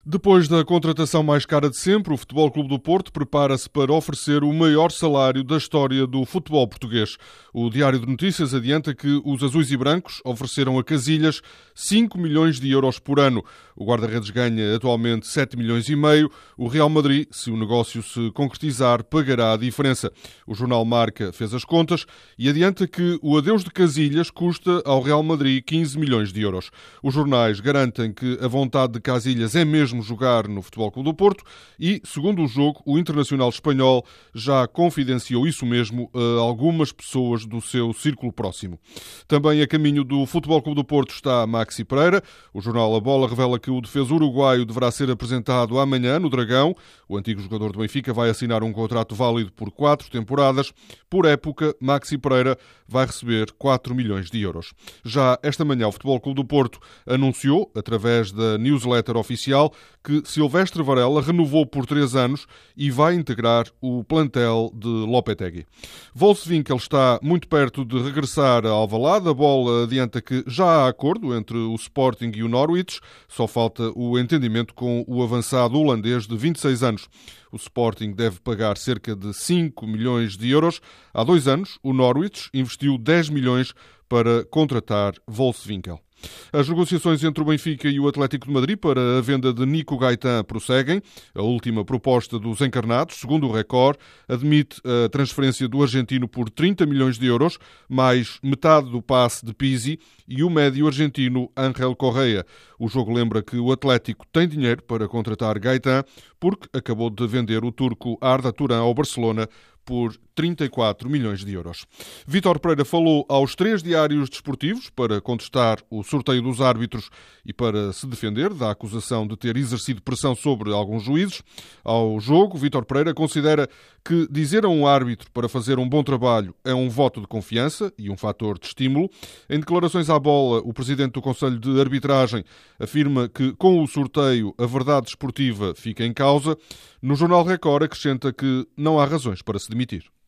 Depois da contratação mais cara de sempre, o Futebol Clube do Porto prepara-se para oferecer o maior salário da história do futebol português. O Diário de Notícias adianta que os azuis e brancos ofereceram a Casilhas 5 milhões de euros por ano. O guarda-redes ganha atualmente 7 milhões e meio. O Real Madrid, se o negócio se concretizar, pagará a diferença. O jornal Marca fez as contas e adianta que o adeus de Casilhas custa ao Real Madrid 15 milhões de euros. Os jornais garantem que a vontade de Casilhas é mesmo jogar no Futebol Clube do Porto e, segundo o jogo, o Internacional espanhol já confidenciou isso mesmo a algumas pessoas do seu círculo próximo. Também a caminho do Futebol Clube do Porto está Maxi Pereira. O jornal A Bola revela que o defesa uruguaio deverá ser apresentado amanhã no Dragão. O antigo jogador do Benfica vai assinar um contrato válido por 4 temporadas. Por época, Maxi Pereira vai receber 4 milhões de euros. Já esta manhã, o Futebol Clube do Porto anunciou, através da newsletter oficial, que Silvestre Varela renovou por 3 anos e vai integrar o plantel de Lopetegui. Wolfswinkel está muito perto de regressar a Alvalade. A Bola adianta que já há acordo entre o Sporting e o Norwich. Só falta o entendimento com o avançado holandês de 26 anos. O Sporting deve pagar cerca de 5 milhões de euros. Há 2 anos, o Norwich investiu 10 milhões para contratar Wolfswinkel. As negociações entre o Benfica e o Atlético de Madrid para a venda de Nico Gaitán prosseguem. A última proposta dos encarnados, segundo o Record, admite a transferência do argentino por 30 milhões de euros, mais metade do passe de Pizzi e o médio argentino Ángel Correa. O jogo lembra que o Atlético tem dinheiro para contratar Gaitán porque acabou de vender o turco Arda Turan ao Barcelona por 34 milhões de euros. Vítor Pereira falou aos 3 diários desportivos para contestar o sorteio dos árbitros e para se defender da acusação de ter exercido pressão sobre alguns juízes. Ao jogo, Vítor Pereira considera que dizer a um árbitro para fazer um bom trabalho é um voto de confiança e um fator de estímulo. Em declarações à Bola, o presidente do Conselho de Arbitragem afirma que com o sorteio a verdade desportiva fica em causa. No jornal Record acrescenta que não há razões para se demitir.